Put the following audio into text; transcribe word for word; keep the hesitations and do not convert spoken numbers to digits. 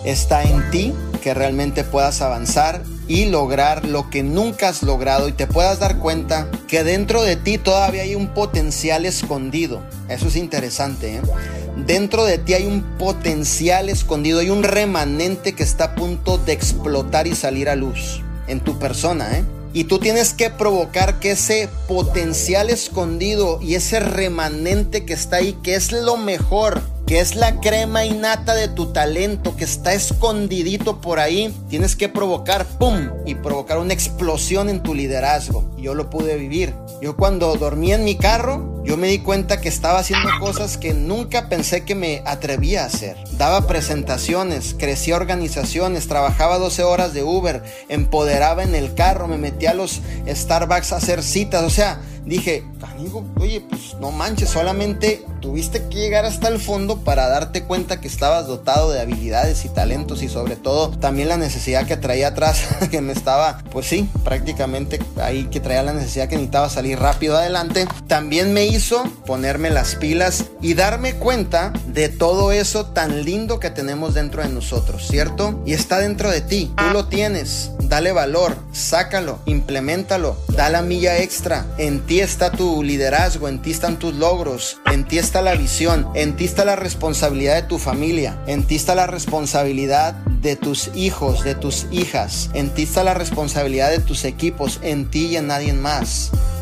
Está en ti que realmente puedas avanzar y lograr lo que nunca has logrado, y te puedas dar cuenta que dentro de ti todavía hay un potencial escondido. Eso es interesante, ¿eh? Dentro de ti hay un potencial escondido, hay un remanente que está a punto de explotar y salir a luz en tu persona, ¿eh? Y tú tienes que provocar que ese potencial escondido y ese remanente que está ahí, que es lo mejor, que es la crema innata de tu talento, que está escondidito por ahí, tienes que provocar, ¡pum!, y provocar una explosión en tu liderazgo. Yo lo pude vivir. Yo cuando dormía en mi carro, yo me di cuenta que estaba haciendo cosas que nunca pensé que me atrevía a hacer. Daba presentaciones, crecía organizaciones, trabajaba doce horas de Uber, empoderaba en el carro, me metía a los Starbucks a hacer citas. O sea, dije, amigo, oye, pues no manches, solamente tuviste que llegar hasta el fondo para darte cuenta que estabas dotado de habilidades y talentos, y sobre todo también la necesidad que traía atrás, que me estaba, pues sí, prácticamente ahí, que traía la necesidad que necesitaba salir rápido adelante. También me hizo ponerme las pilas y darme cuenta de todo eso tan lindo que tenemos dentro de nosotros, ¿cierto? Y está dentro de ti, tú lo tienes, dale valor, sácalo, implementalo, da la milla extra. En ti está tu liderazgo, en ti están tus logros, en ti está la visión, en ti está la responsabilidad de tu familia, en ti está la responsabilidad de tus hijos, de tus hijas, en ti está la responsabilidad de tus equipos, en ti y en nadie más.